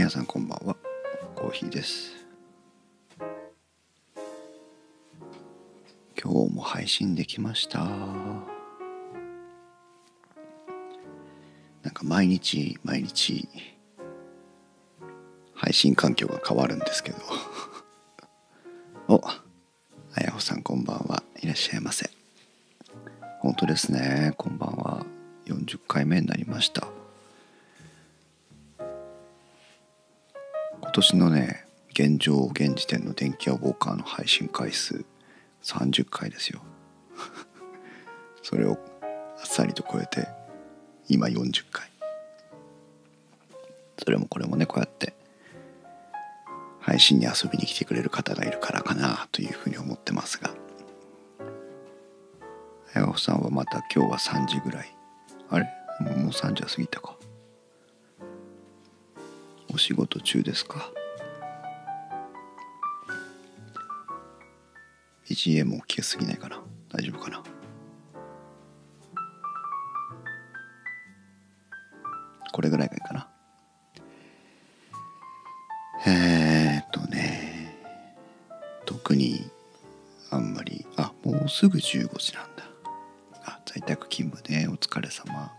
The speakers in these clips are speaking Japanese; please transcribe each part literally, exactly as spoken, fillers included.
皆さんこんばんは。コーヒーです。今日も配信できました。なんか毎日毎日配信環境が変わるんですけどお、あやほさんこんばんは。いらっしゃいませ。本当ですね、こんばんは。よんじゅっかいめになりました。今年のね、現状現時点の電気屋ウォーカーの配信回数さんじゅっかいですよそれをあっさりと超えて今よんじゅっかい。それもこれもね、こうやって配信に遊びに来てくれる方がいるからかなというふうに思ってますが、あやほさんはまた今日はさんじぐらい、あれもうさんじは過ぎたか。お仕事中ですか。 ビージーエム を聞けすぎないかな。大丈夫かな。これぐらいがいいかな。えーっとね特にあんまり、あ、もうすぐじゅうごじなんだ。あ、在宅勤務ね、お疲れ様。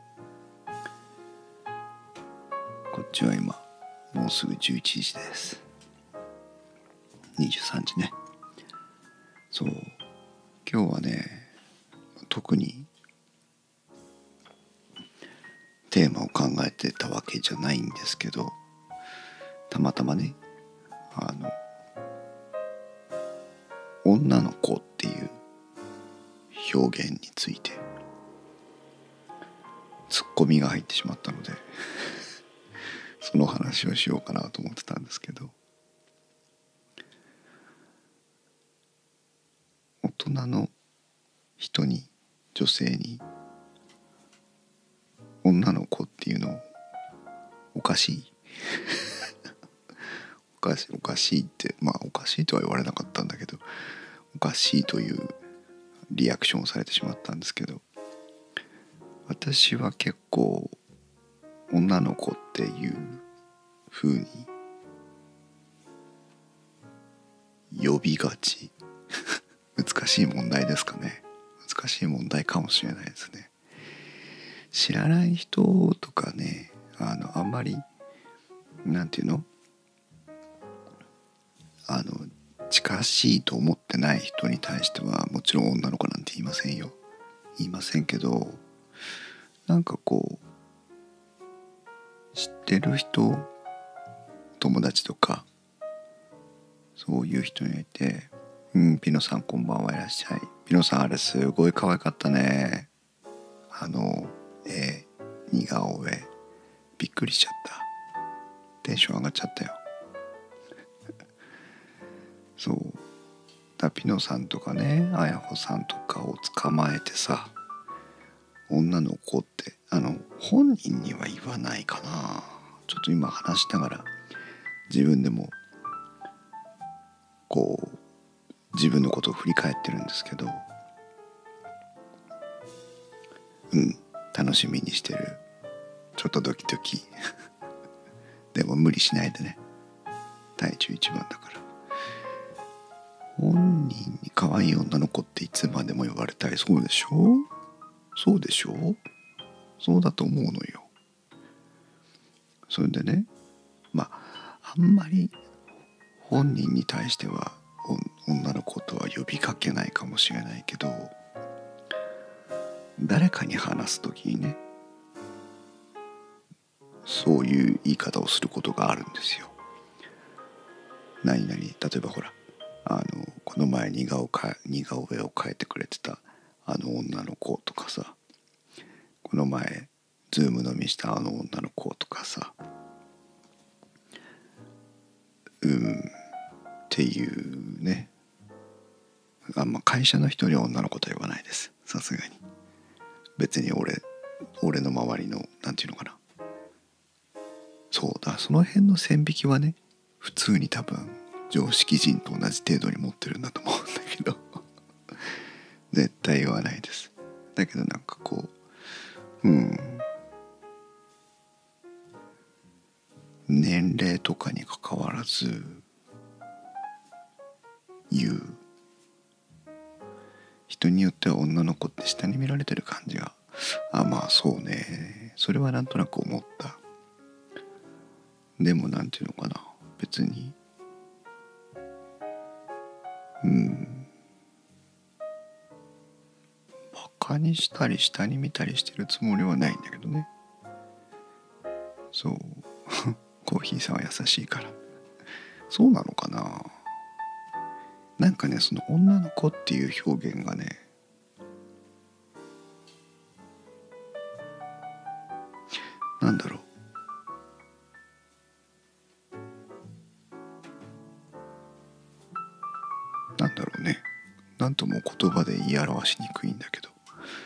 こっちは今もうすぐじゅういちじです。にじゅうさんじね。そう、今日はね、特にテーマを考えてたわけじゃないんですけど、たまたまね、あの女の子っていう表現についてツッコミが入ってしまったのでその話をしようかなと思ってたんですけど、大人の人に、女性に女の子っていうのおかしいおかしいおかしいってまあおかしいとは言われなかったんだけど、おかしいというリアクションをされてしまったんですけど、私は結構女の子っていう風に呼びがち難しい問題ですかね。難しい問題かもしれないですね。知らない人とかね、あのあんまりなんていうの、あの近しいと思ってない人に対してはもちろん女の子なんて言いませんよ。言いませんけど、なんかこう知ってる人、友達とかそういう人にいて、うん、ピノさんこんばんはいらっしゃい。ピノさんあれすごい可愛かったね。あの絵、似顔絵びっくりしちゃった。テンション上がっちゃったよそうだ、ピノさんとかね、あやほさんとかを捕まえてさ、女の子ってあの本人には言わないかな。ちょっと今話しながら自分でもこう自分のことを振り返ってるんですけど、うん楽しみにしてる。ちょっとドキドキでも無理しないでね、体重一番だから。本人に可愛い女の子っていつまでも言われたい。そうでしょ、そうでしょ、そうだと思うのよ。それでね、まああんまり本人に対しては女の子とは呼びかけないかもしれないけど、誰かに話すときにね、そういう言い方をすることがあるんですよ。何々、例えばほら、あのこの前似顔か似顔絵を描いてくれてたあの女の子とかさ、この前ズーム飲みしたあの女の子とかさ、うんっていうね。あんま会社の人には女の子とは言わないです、さすがに。別に俺俺の周りのなんていうのかな、そうだ、その辺の線引きはね、普通に多分常識人と同じ程度に持ってるんだと思うんだけど絶対言わないです。だけどなんかこう、うん年齢とかにかかわらず言う。人によっては女の子って下に見られてる感じが、あ、まあそうね、それはなんとなく思った。でもなんていうのかな、別にうんバカにしたり下に見たりしてるつもりはないんだけどね。そうコーヒーさんは優しいから。そうなのかな。なんかね、その女の子っていう表現がね、なんだろう、なんだろうね、なんとも言葉で言い表しにくいんだけど、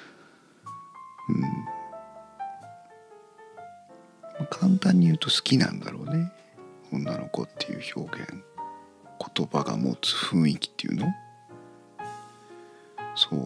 うん、簡単に言うと好きなんだろうね、女の子っていう表現。言葉が持つ雰囲気っていうの。そう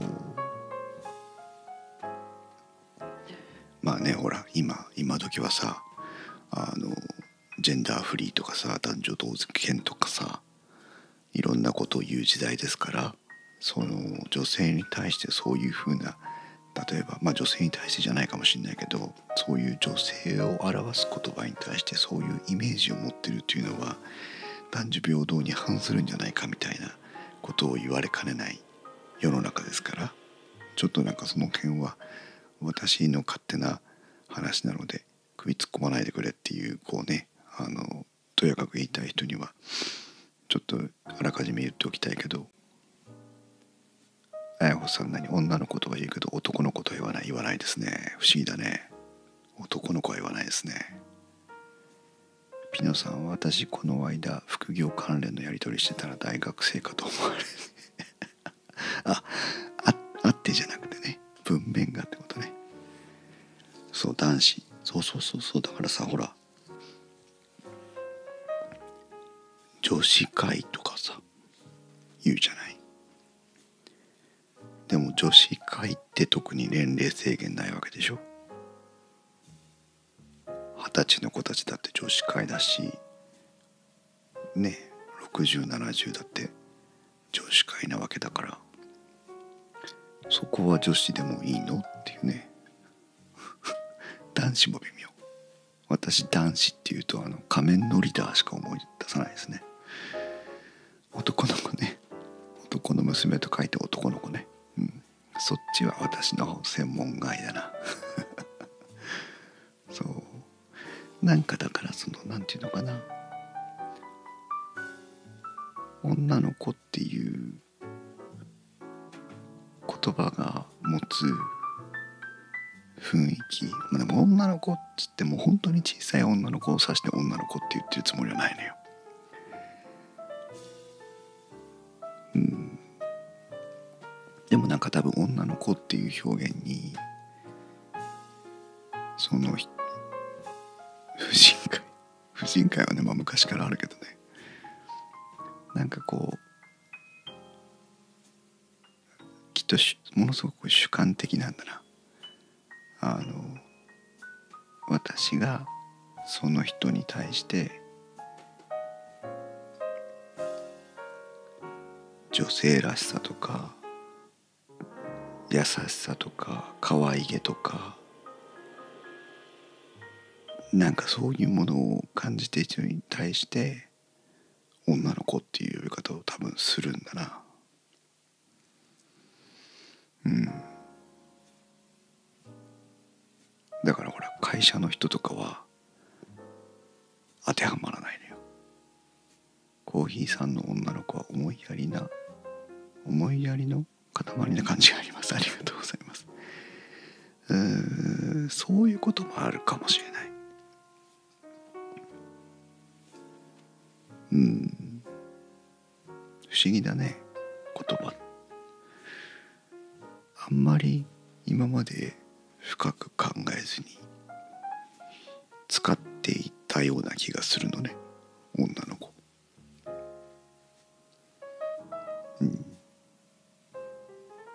まあね、ほら今今時はさ、あのジェンダーフリーとかさ、男女同権とかさ、いろんなことを言う時代ですから、その女性に対してそういうふうな、例えばまあ女性に対してじゃないかもしれないけど、そういう女性を表す言葉に対してそういうイメージを持ってるっていうのは男女平等に反するんじゃないかみたいなことを言われかねない世の中ですから、ちょっとなんかその辺は私の勝手な話なので首突っ込まないでくれっていう、こうね、あのとやかく言いたい人にはちょっとあらかじめ言っておきたいけど、あやほさん、何女の子とは言うけど男の子とは言わない。言わないですね。不思議だね。男の子は言わないですね。ピノさんは、私この間副業関連のやり取りしてたら大学生かと思われるあああってじゃなくてね、文面がってことね。そう、男子、そうそうそうそう、だからさ、ほら女子会とかさ言うじゃない。でも女子会って特に年齢制限ないわけでしょ。二十歳の子たちだって女子会だしね、ろくじゅうななじゅうだって女子会なわけだから、そこは女子でもいいのっていうね男子も微妙。私男子っていうとあの仮面のリーダーしか思い出さないですね。男の子ね、男の娘と書いて男の子ね、うん、そっちは私の専門外だなそうなんかだから、そのなんていうのかな、女の子っていう言葉が持つ雰囲気、まあ、でも女の子っつっても本当に小さい女の子を指して女の子って言ってるつもりはないのよ。うん、でもなんか多分女の子っていう表現にその不信感不信感はね、まあ昔からあるけどね、なんかこうきっとものすごく主観的なんだな。あの私がその人に対して女性らしさとか優しさとか可愛げとか、なんかそういうものを感じている人に対して女の子っていう呼び方を多分するんだな。うんだからほら、会社の人とかは当てはまらないのよ。コーヒーさんの女の子は思いやりな思いやりの塊な感じがあります。ありがとうございます。うーんそういうこともあるかもしれない。うん不思議だね、言葉。あんまり今まで深く考えずに使っていたような気がするのね、女の子。うん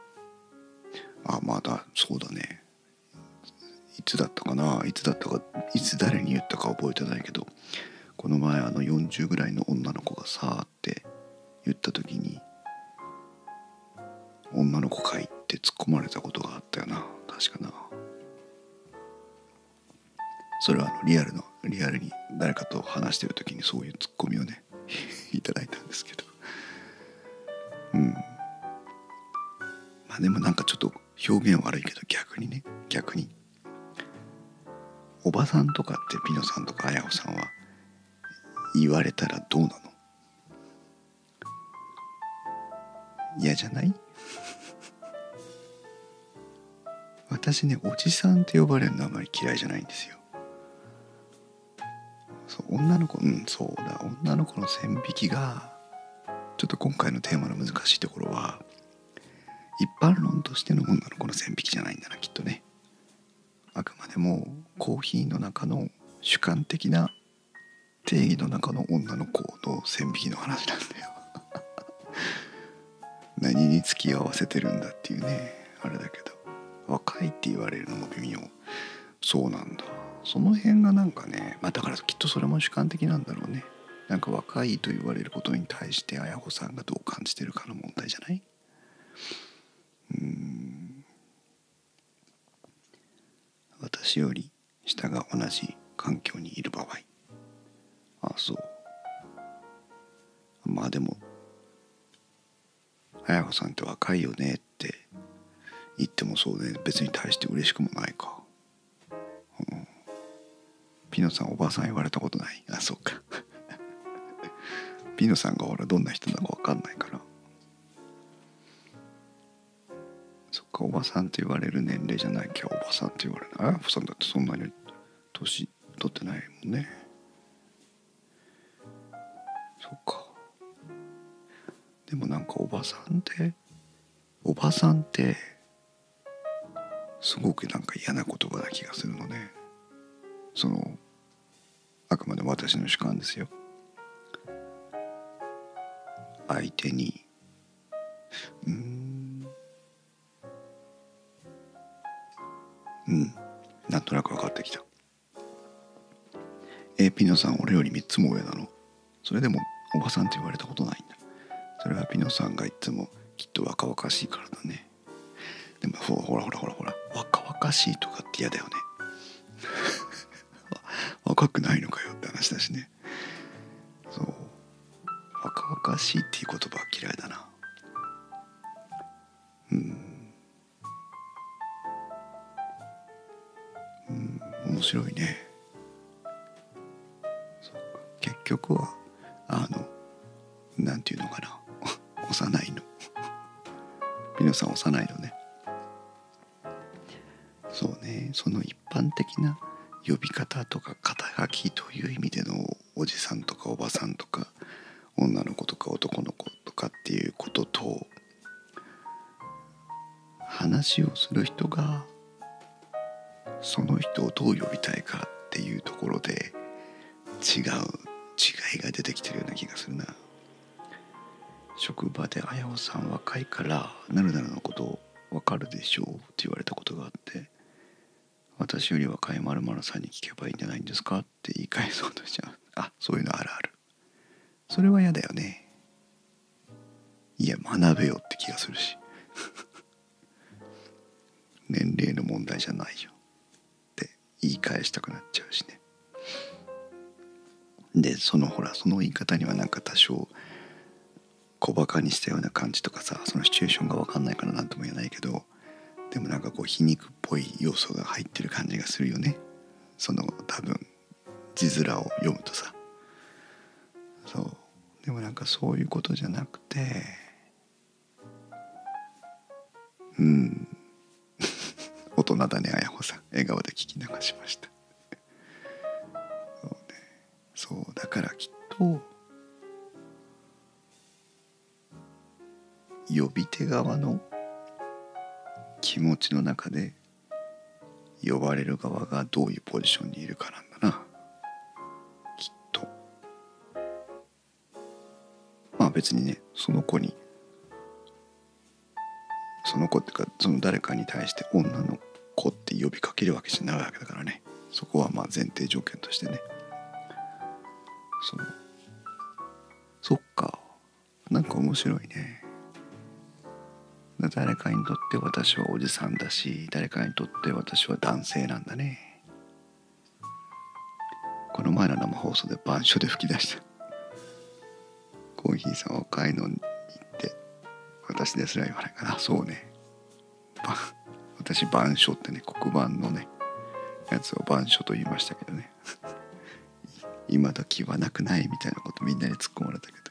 あまだそうだね、いつだったかないつだったかいつ誰に言ったか覚えてないけど、この前あのよんじゅうぐらいの女の子がさーって言った時に、女の子かいって突っ込まれたことがあったよな、確かな。それはあのリアルのリアルに誰かと話してる時にそういうツッコミをねいただいたんですけど、うんまあでもなんかちょっと表現悪いけど、逆にね逆におばさんとかってピノさんとかあやほさんは言われたらどうなの？嫌じゃない？私ね、おじさんって呼ばれるのはあまり嫌いじゃないんですよ。そう女の子うんそうだ女の子の線引きがちょっと今回のテーマの難しいところは、一般論としての女の子の線引きじゃないんだな、きっとね。あくまでもコーヒーの中の主観的な定義の中の女の子の線引きの話なんだよ何に付き合わせてるんだっていうね、あれだけど、若いって言われるのも微妙。そうなんだ、その辺がなんかね、まあだからきっとそれも主観的なんだろうね。なんか若いと言われることに対してあやほさんがどう感じてるかの問題じゃない？うーん私より下が同じ環境にいる場合、あそうまあでもあやほさんって若いよねって言ってもそうね、別に対して嬉しくもないか、うん、ピノさんおばさん言われたことない？あそうかピノさんが俺どんな人だか分かんないから、そっかおばさんって言われる年齢じゃないきゃおばさんって言われない。あやほさんだってそんなに年取ってないもんね。そっか。でもなんかおばさんっておばさんってすごくなんか嫌な言葉な気がするのね。そのあくまで私の主観ですよ。相手にうーんうんなんとなく分かってきた。えピノさん俺よりみっつも上なの？それでもおばさんって言われたことないんだ。それはピノさんがいつもきっと若々しいからだね。でもほらほらほらほら若々しいとかって嫌だよね若くないのかよって話だしね。そう若々しいっていう言葉は嫌いだな。うんうん面白いね。そうか結局はあのなんていうのかな幼いのピノさん幼いのね。そうね、その一般的な呼び方とか肩書きという意味でのおじさんとかおばさんとか女の子とか男の子とかっていうことと、話をする人がその人をどう呼びたいかっていうところで違う違いが出てきてるような気がするな。職場であやほさん若いからなるなるのこと分かるでしょうって言われたことがあって、私より若い〇〇さんに聞けばいいんじゃないんですかって言い返そうとしちゃう。あそういうのあるある。それは嫌だよね。いや学べよって気がするし年齢の問題じゃないよって言い返したくなっちゃうしね。でそのほらその言い方にはなんか多少小バカにしたような感じとかさ、そのシチュエーションが分かんないから何とも言えないけど、でもなんかこう皮肉っぽい要素が入ってる感じがするよね。その多分字面を読むとさ。そうでもなんかそういうことじゃなくて、うん大人だねあやほさん、笑顔で聞き流しましたそうね、そうだからきっと呼び手側の気持ちの中で呼ばれる側がどういうポジションにいるかなんだな、きっと。まあ別にねその子にその子っていうかその誰かに対して女の子って呼びかけるわけじゃないわけだからね。 そこはまあ前提条件としてね。そう、そっか、なんか面白いね。誰かにとって私はおじさんだし、誰かにとって私は男性なんだね。この前の生放送で板書で吹き出した。コーヒーさん若いのにって私ですら言わないかな。そうね、私板書ってね、黒板のねやつを板書と言いましたけどね今時はなくないみたいなことみんなに突っ込まれたけど、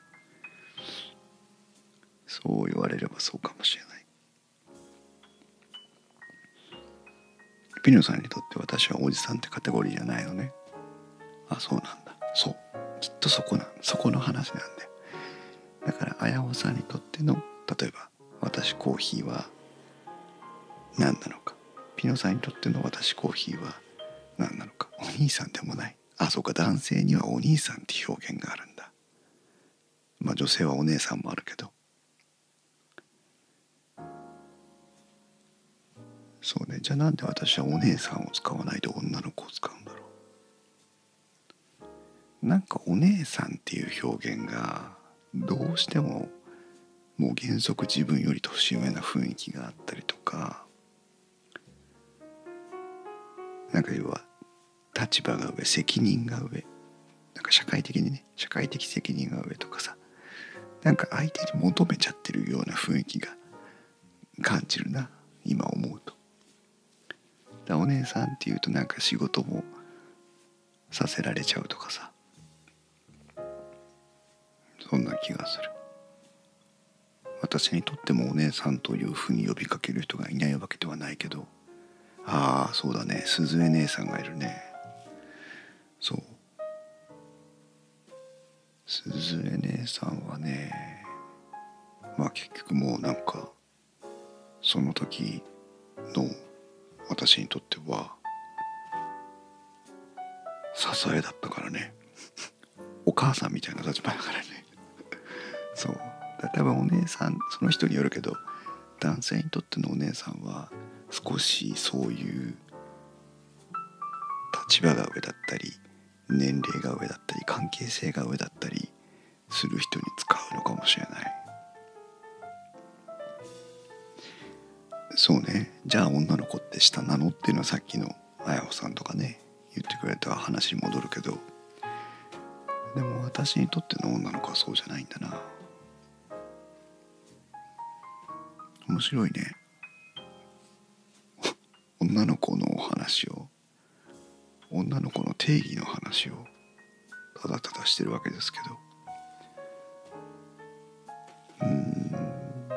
そう言われればそうかもしれない。ピノさんにとって私はおじさんってカテゴリーじゃないのね。あ、そうなんだ。そう、きっとそこなんそこの話なんだよ。だからあやほさんにとっての、例えば私コーヒーは何なのか、ピノさんにとっての私コーヒーは何なのか。お兄さんでもない。あ、そうか、男性にはお兄さんっていう表現があるんだ。まあ女性はお姉さんもあるけど、そうね。じゃあなんで私はお姉さんを使わないで女の子を使うんだろう。なんかお姉さんっていう表現がどうしてももう原則自分より年上な雰囲気があったりとか、なんか要は立場が上、責任が上、なんか社会的にね、社会的責任が上とかさ、なんか相手に求めちゃってるような雰囲気が感じるな、今思うと。だお姉さんっていうとなんか仕事もさせられちゃうとかさ、そんな気がする。私にとってもお姉さんというふうに呼びかける人がいないわけではないけど、ああそうだね、鈴江姉さんがいるね。そう、鈴江姉さんはね、まあ結局もうなんかその時の私にとっては支えだったからね。お母さんみたいな立場だからね。そうだ、多分お姉さん、その人によるけど、男性にとってのお姉さんは少しそういう立場が上だったり、年齢が上だったり、関係性が上だったりする人に使うのかもしれない。そうね。じゃあ女の子って下なのっていうのはさっきのあやほさんとかね言ってくれた話に戻るけど、でも私にとっての女の子はそうじゃないんだな。面白いね。女の子のお話を、女の子の定義の話をただただしてるわけですけど、うーん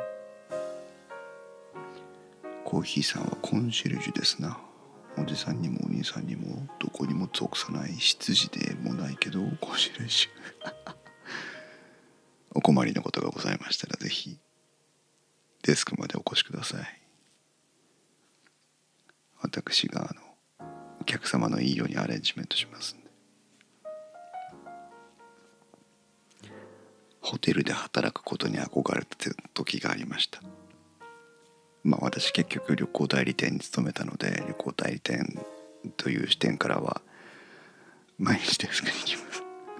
コーヒーさんはコンシェルジュですな。おじさんにもお兄さんにもどこにも属さない執事でもないけどコンシェルジュお困りのことがございましたらぜひデスクまでお越しください。私があのお客様のいいようにアレンジメントしますんで。ホテルで働くことに憧れた時がありました。まあ私結局旅行代理店に勤めたので、旅行代理店という視点からは毎日デスクに行きます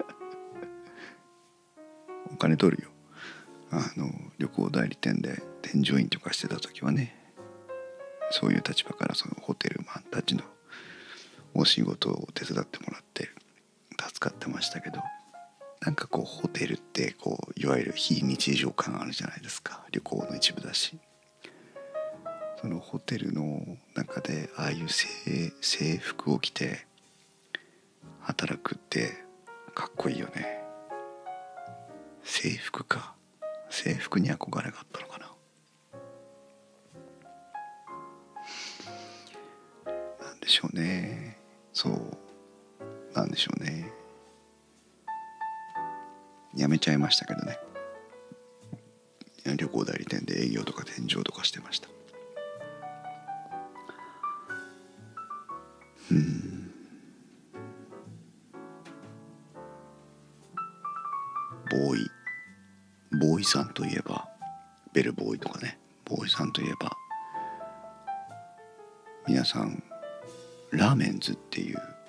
お金取るよ。あの旅行代理店で添乗員とかしてた時はね、そういう立場からそのホテルマンたちのお仕事を手伝ってもらって助かってましたけど、なんかこうホテルってこういわゆる非日常感あるじゃないですか。旅行の一部だし、そのホテルの中でああいう 制, 制服を着て働くってかっこいいよね。制服か、制服に憧れがあったのかな。なんでしょうね。そうなんでしょうね。やめちゃいましたけどね。旅行代理店で営業とか添乗とかしてました。うーんボーイボーイさんといえばベルボーイとかね、ボーイさんといえば皆さんラーメンズっていう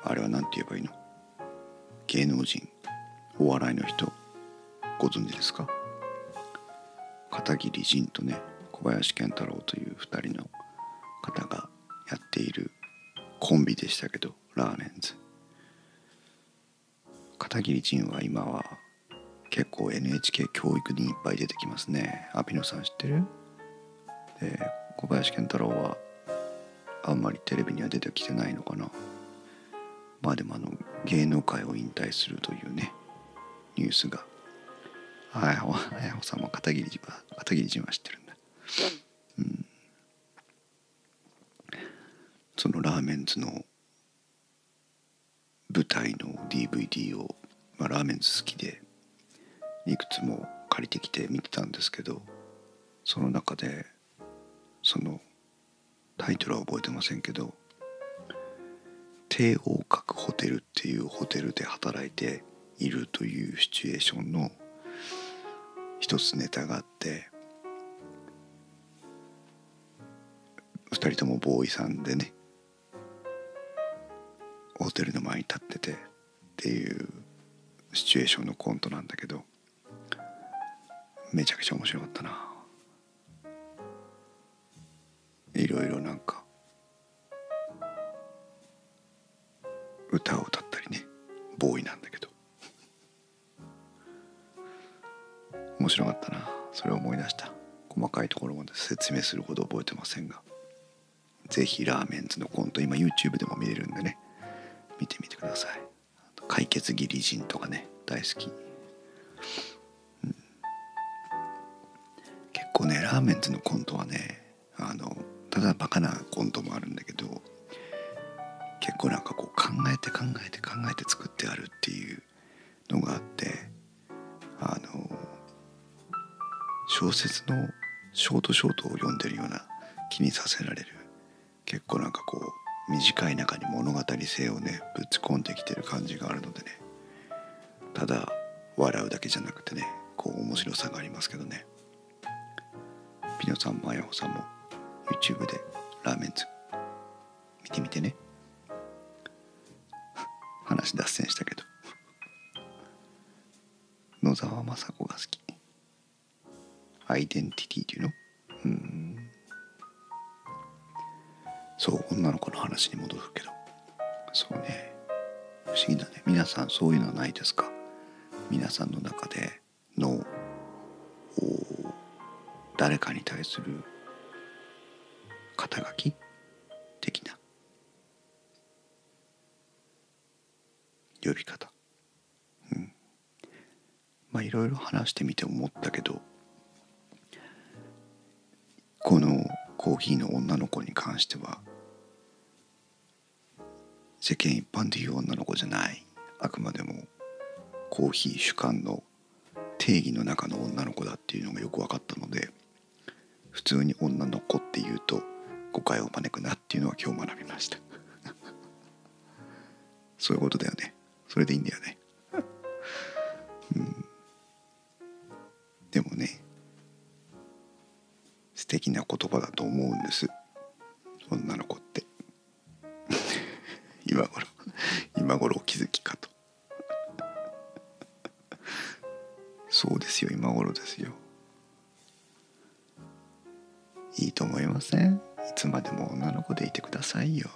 あれは何て言えばいいの、芸能人、お笑いの人、ご存知ですか？片桐仁とね、小林賢太郎というふたりの方がやっているコンビでしたけど、ラーメンズ。片桐仁は今は結構 エヌエイチケー 教育にいっぱい出てきますね。アピノさん知ってる？で、小林賢太郎はあんまりテレビには出てきてないのかな。まあでもあの芸能界を引退するというねニュースが、あやほあやほさんも片桐は片桐仁は知ってるんだ。うん。そのラーメンズの舞台の ディーブイディー を、まあ、ラーメンズ好きでいくつも借りてきて見てたんですけど、その中でそのタイトルは覚えてませんけど、帝王閣ホテルっていうホテルで働いているというシチュエーションの一つネタがあって、二人ともボーイさんでねホテルの前に立っててっていうシチュエーションのコントなんだけど、めちゃくちゃ面白かったな。いろいろなんか歌を歌ったりね、ボーイなんだけど面白かったな。それを思い出した。細かいところまで説明するほど覚えてませんが、ぜひラーメンズのコント今 YouTube でも見れるんでね、見てみてください。解決ギリ人とかね大好き、うん、結構ねラーメンズのコントはね、あのただバカなコントもあるんだけど、結構なんかこう考えて考えて考えて作ってあるっていうのがあって、あの小説のショートショートを読んでるような気にさせられる、結構なんかこう短い中に物語性をねぶち込んできてる感じがあるのでね、ただ笑うだけじゃなくてね、こう面白さがありますけどね。ピノさんもあやほさんも YouTube でラーメンズ見てみてね。話脱線したけど野沢雅子が好き。アイデンティティっていうの？うーん。そう、女の子の話に戻るけど、そうね、不思議だね。皆さんそういうのはないですか？皆さんの中での誰かに対する肩書き的な呼び方、うん、まあいろいろ話してみて思ったけど、このコーヒーの女の子に関しては世間一般でいう女の子じゃない、あくまでもコーヒー主観の定義の中の女の子だっていうのがよく分かったので、普通に女の子っていうと誤解を招くなっていうのは今日学びましたそういうことだよね。それでいいんだよねうん、でもね素敵な言葉だと思うんです、女の子って今頃今頃お気づきかとそうですよ、今頃ですよ。いいと思いません？いつまでも女の子でいてくださいよ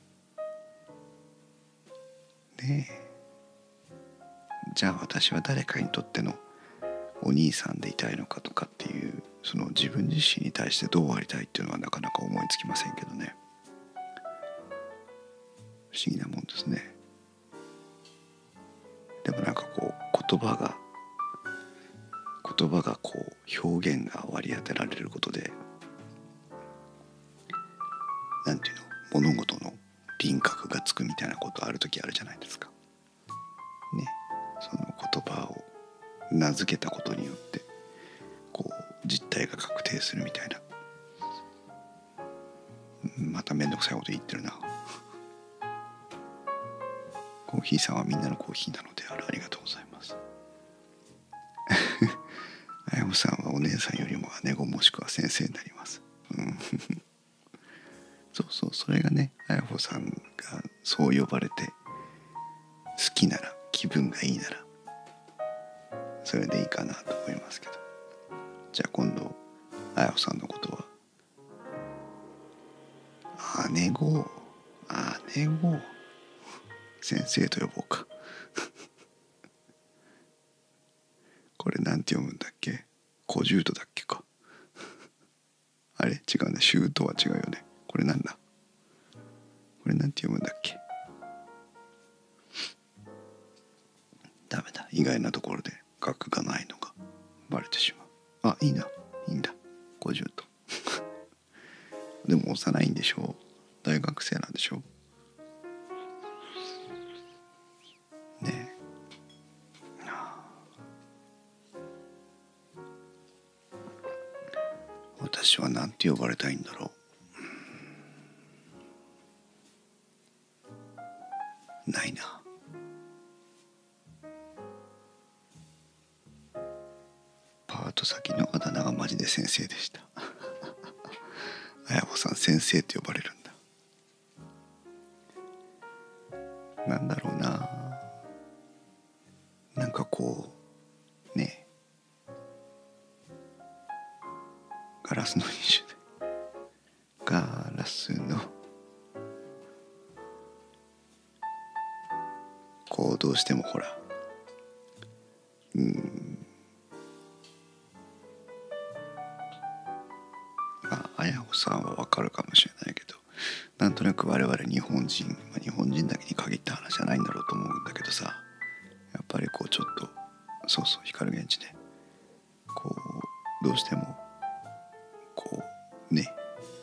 ねえ。じゃあ私は誰かにとってのお兄さんでいたいのかとかっていう、その自分自身に対してどうありたいっていうのはなかなか思いつきませんけどね。不思議なもんですね。でもなんかこう言葉が言葉がこう表現が割り当てられることで、なんていうの、物事の輪郭がつくみたいなことある時あるじゃないですかね。その言葉を名付けたことによってこう実態が確定するみたいな。まためんどくさいこと言ってるなコーヒーさんはみんなのコーヒーなのである。ありがとうございますあやほさんはお姉さんよりも姉子もしくは先生になります、うんそうそう、それがね、あやほさんがそう呼ばれて好きなら、気分がいいならそれでいいかなと思いますけど。じゃあ今度あやほさんのことは姉子姉子先生と呼ぼうかこれなんて読むんだっけ？小獣とだっけかあれ違うね、シュートは違うよね。これなんだ、これなんて読むんだっけ？ダメだ、意外なところで学がないのがバレてしまう。あ、いいな、いいんだ、小獣とでも幼いんでしょう、大学生なんでしょうねえ。私はなんて呼ばれたいんだろう。ないな。パート先のあだ名がマジで先生でしたあやほさん先生って呼ばれるんだ。なんだろうな、なんかこうね、ガラスの一種でガラスのこうどうしてもほら、うーんああやほさんはわかるかもしれないけど、なんとなく我々日本人、まあ、日本人だけに限った話じゃないんだろうと思うんだけどさ、やっぱりこうちょっと、そうそう、光源氏ね、こうどうしてもこうね、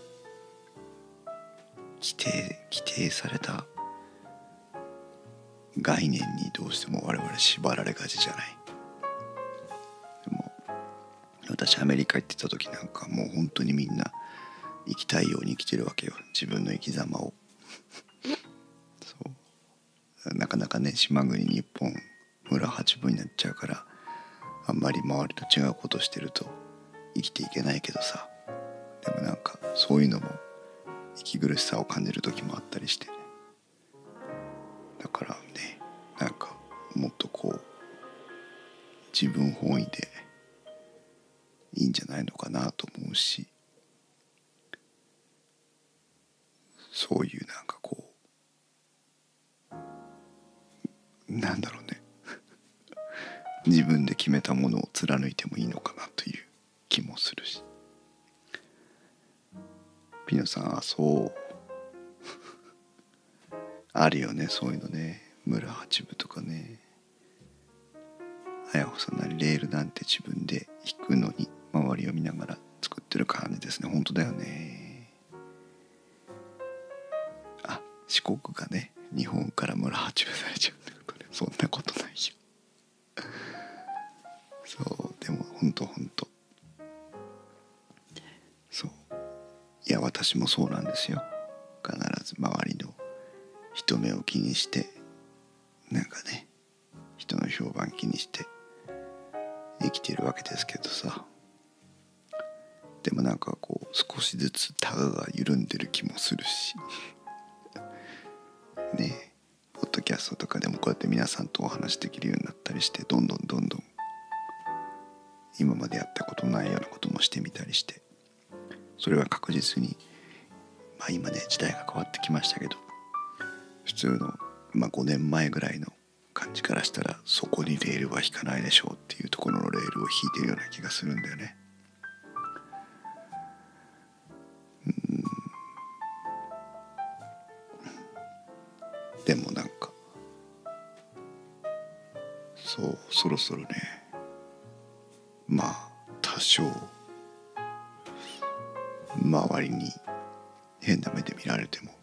規定規定された概念にどうしても我々縛られがちじゃない。でも私アメリカ行ってた時なんかもう本当にみんな生きたいように生きてるわけよ、自分の生き様を。そうなかなかね、島国日本村八分になっちゃうから、あんまり周りと違うことしてると生きていけないけどさ、でもなんかそういうのも息苦しさを感じる時もあったりして、ね、だからね、なんかもっとこう自分本位でいいんじゃないのかなと思うし、そういうなんかこうなんだろうね自分で決めたものを貫いてもいいのかなという気もするし。ピノさん、あ、そうあるよね、そういうのね、村八分とかね。あやほさんなりレールなんて自分で引くのに周りを見ながら作ってる感じですね。本当だよね。あ、四国がね日本から村八分されちゃうってことね。そんなことないよそうでも本当本当そう、いや私もそうなんですよ。必ず周りの人目を気にして、なんかね、人の評判気にして生きているわけですけどさ、でもなんかこう少しずつタガが緩んでる気もするしねえ、ポッドキャストとかでもこうやって皆さんとお話できるようになったりして、どんどんどんどん今までやったことないようなこともしてみたりして、それは確実に、まあ今ね時代が変わってきましたけど、普通の、まあ、ごねんまえぐらいの感じからしたらそこにレールは引かないでしょうっていうところのレールを引いてるような気がするんだよね。うんでもなんかそうそろそろね、まあ多少周りに変な目で見られても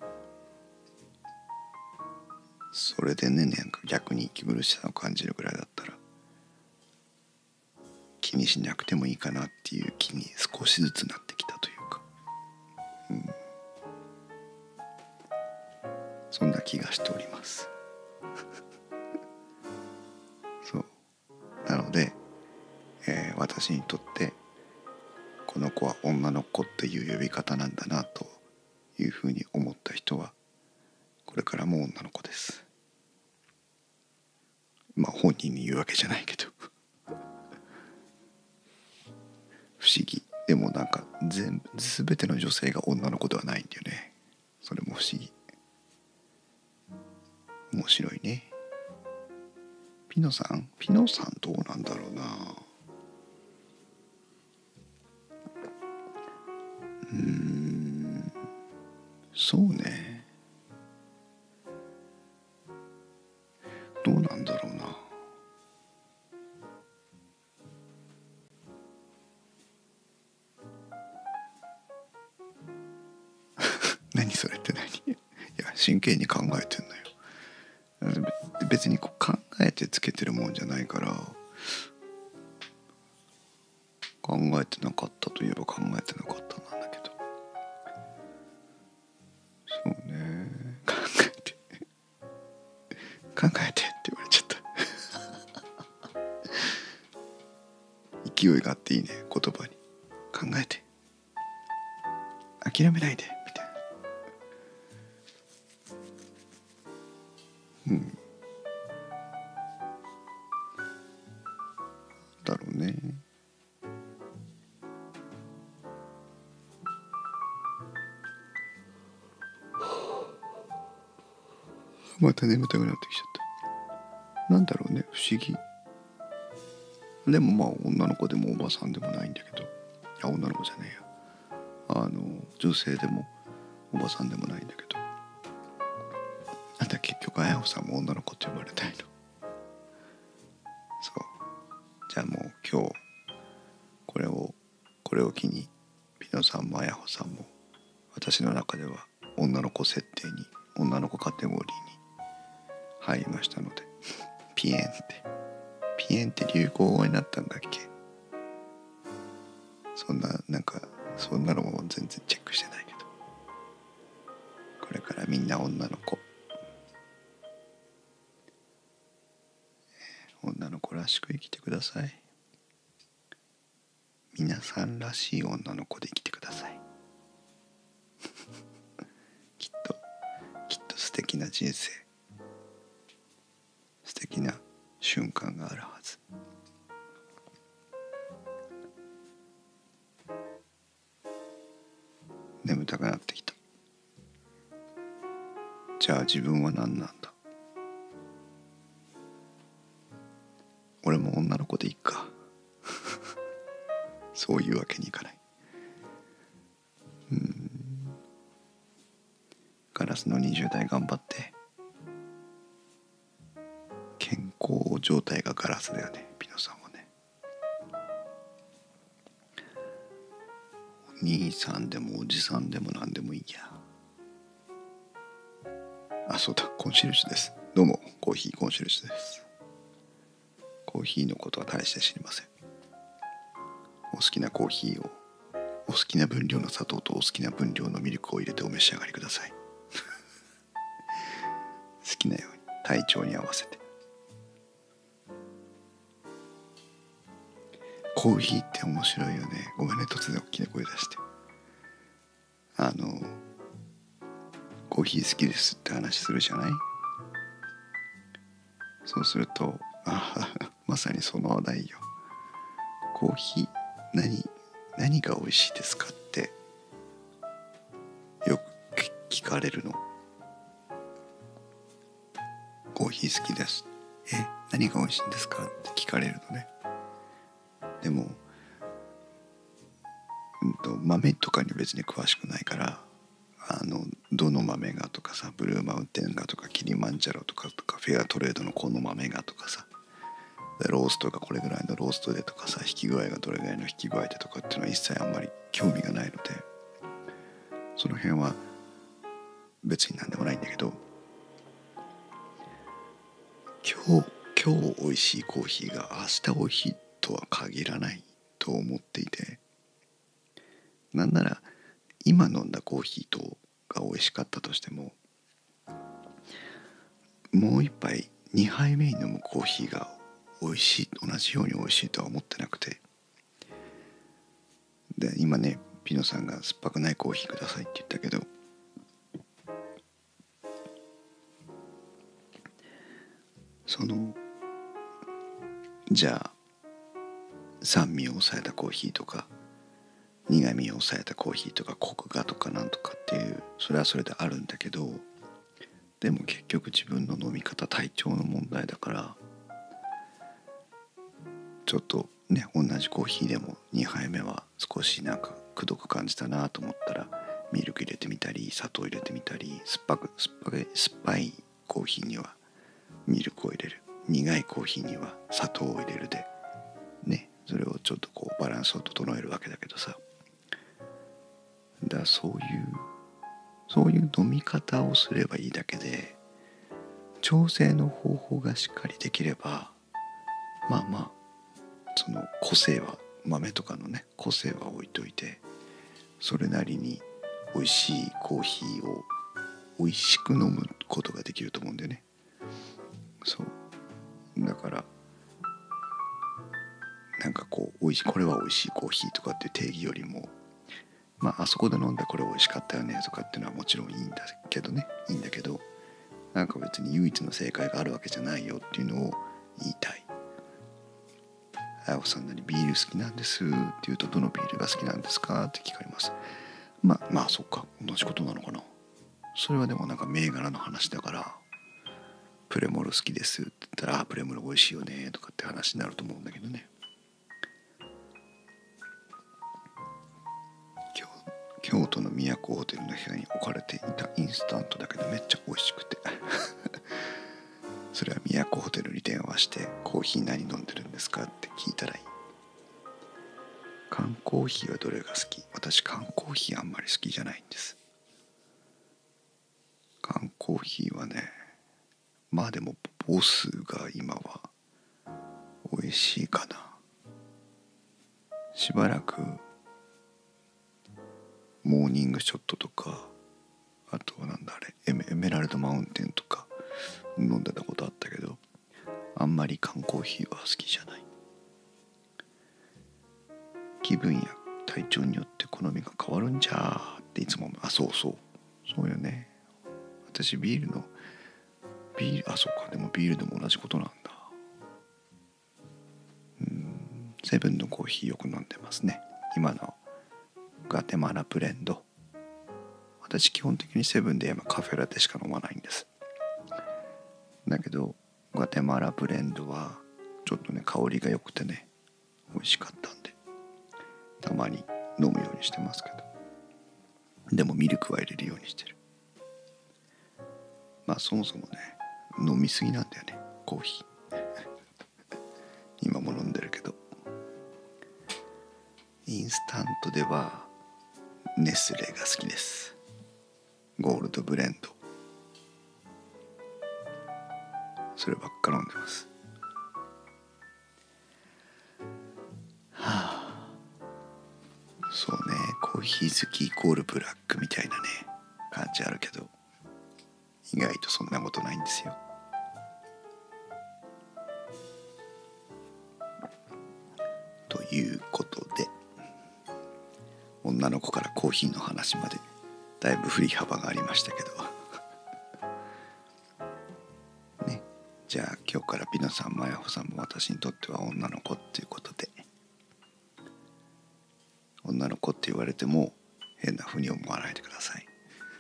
それでね、なんか逆に息苦しさを感じるぐらいだったら気にしなくてもいいかなっていう気に少しずつなってきたというか、うん、そんな気がしておりますそうなので、えー私にとってこの子は女の子っていう呼び方なんだなというふうに思った人はこれからも女の子です。 まあ本人に言うわけじゃないけど不思議。でもなんか全部全ての女性が女の子ではないんだよね。それも不思議。面白いね。ピノさんピノさんどうなんだろうな。うーんそうね。どうなんだろうな。何それって何いや真剣に考えてんのよ。別にこう考えてつけてるもんじゃないから、考えてなかったといえば考えてなかったなんだけど、そうね、考えて考えてって言われちゃった勢いがあっていいね、言葉に。考えて、諦めないでみたいな。うんだろうね。また眠たくなってきちゃった。なんだろうね、不思議。でもまあ女の子でもおばさんでもないんだけど、いや女の子じゃねえや、あの女性でもおばさんでもないんだけど、あんた結局あやほさんも女の子って呼ばれたいの。そうじゃあもう今日これをこれを機にピノさんもあやほさんも私の中では女の子設定に、女の子カテゴリーに入りましたので、ピエンってピエンって流行語になったんだっけ。そんななんかそんなのも全然チェックしてないけど、これからみんな女の子女の子らしく生きてください。皆さんらしい女の子で生きてくださいきっときっと素敵な人生、素敵な瞬間があるはず。眠たくなってきた。じゃあ自分は何なんだ。俺も女の子でいいかそういうわけにいかない。うーんガラスのにじゅう代頑張って。健康状態がガラスだよね、ピノさんはね。お兄さんでもおじさんでも何でもいいや。あ、そうだ、コンシェルジュです。どうも、コーヒーコンシェルジュです。コーヒーのことは大して知りません。お好きなコーヒーをお好きな分量の砂糖とお好きな分量のミルクを入れてお召し上がりください好きなように体調に合わせて。コーヒーって面白いよね。ごめんね、突然大きな声出して。あのコーヒー好きですって話するじゃない。そうすると、あまさにその話題よ。コーヒー何何が美味しいですかってよく聞かれるの。コーヒー好きです。え、何が美味しいんですかって聞かれるのね。でも、うんと、豆とかに別に詳しくないから、あのどの豆がとかさ、ブルーマウンテンがとかキリマンジャロとかとかフェアトレードのこの豆がとかさ、ローストがこれぐらいのローストでとかさ、引き具合がどれぐらいの引き具合でとかっていうのは一切あんまり興味がないので、その辺は別に何でもないんだけど、今日今日美味しいコーヒーが明日美味しいとは限らないと思っていて、なんなら今飲んだコーヒーとが美味しかったとしても、もう一杯にはいめに飲むコーヒーが美味しい、同じように美味しいとは思ってなくて、で今ね、ピノさんが酸っぱくないコーヒーくださいって言ったけど、そのじゃあ酸味を抑えたコーヒーとか苦味を抑えたコーヒーとかコクがとかなんとかっていう、それはそれであるんだけど、でも結局自分の飲み方、体調の問題だから、ちょっとね、同じコーヒーでもにはいめは少しなんかくどく感じたなと思ったらミルク入れてみたり砂糖入れてみたり、酸っぱく酸っぱい酸っぱいコーヒーにはミルクを入れる、苦いコーヒーには砂糖を入れるでね、それをちょっとこうバランスを整えるわけだけどさ、だからそういうそういう飲み方をすればいいだけで、調整の方法がしっかりできれば、まあまあその個性は、豆とかのね個性は置いといて、それなりに美味しいコーヒーを美味しく飲むことができると思うんだよね。そうだからなんかこう美味しい、これは美味しいコーヒーとかっていう定義よりも、まああそこで飲んだこれ美味しかったよねとかっていうのはもちろんいいんだけどねいいんだけど、なんか別に唯一の正解があるわけじゃないよっていうのを言いたい。あやこさんなりビール好きなんですって言うと、どのビールが好きなんですかって聞かれます。まあまあそっか、同じことなのかな。それはでもなんか銘柄の話だから、プレモル好きですって言ったら、あプレモル美味しいよねとかって話になると思うんだけどね。京京都の都ホテルの部屋に置かれていたインスタントだけどめっちゃ美味しくてそれは都ホテルに電話してコーヒー何飲んでるんですかって聞いたらいい。缶コーヒーはどれが好き？私缶コーヒーあんまり好きじゃないんです。缶コーヒーはね、まあでもボスが今は美味しいかな。しばらくモーニングショットとか、あとはなんだあれエメ、エメラルドマウンテンとか飲んでたことあったけど、あんまり缶コーヒーは好きじゃない。気分や体調によって好みが変わるんじゃーっていつも、あそうそうそうよね。私ビールのビールあそうかでもビールでも同じことなんだ。うんセブンのコーヒーよく飲んでますね。今のガテマラブレンド、私基本的にセブンで今カフェラテしか飲まないんです。だけどガテマラブレンドはちょっとね香りが良くてね美味しかったんで、たまに飲むようにしてますけど、でもミルクは入れるようにしてる。まあそもそもね飲みすぎなんだよねコーヒー今も飲んでるけど、インスタントではネスレが好きです。ゴールドブレンド、そればっか飲んでます。はあ、そうね、コーヒー好きイコールブラックみたいなね感じあるけど、意外とそんなことないんですよ。ということで、女の子からコーヒーの話までだいぶ振り幅がありましたけどね。じゃあ今日からピノさんもあやほさんも私にとっては女の子っていうことで、女の子って言われても変な風に思わないでください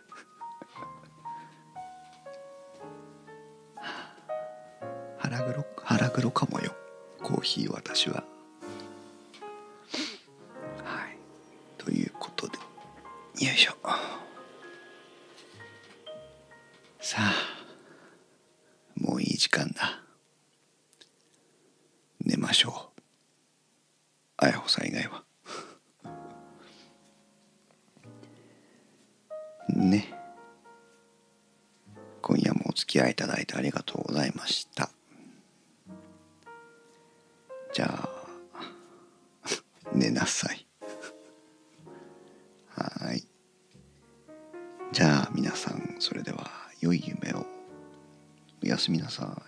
腹黒腹黒かもよコーヒー私は。はいということで、よいしょ。さあもういい時間だ。寝ましょう。あやほさん以外はね。今夜もお付き合いいただいてありがとうございました。じゃあ寝なさいはい。じゃあ皆さんそれでは良い夢を。おやすみなさい。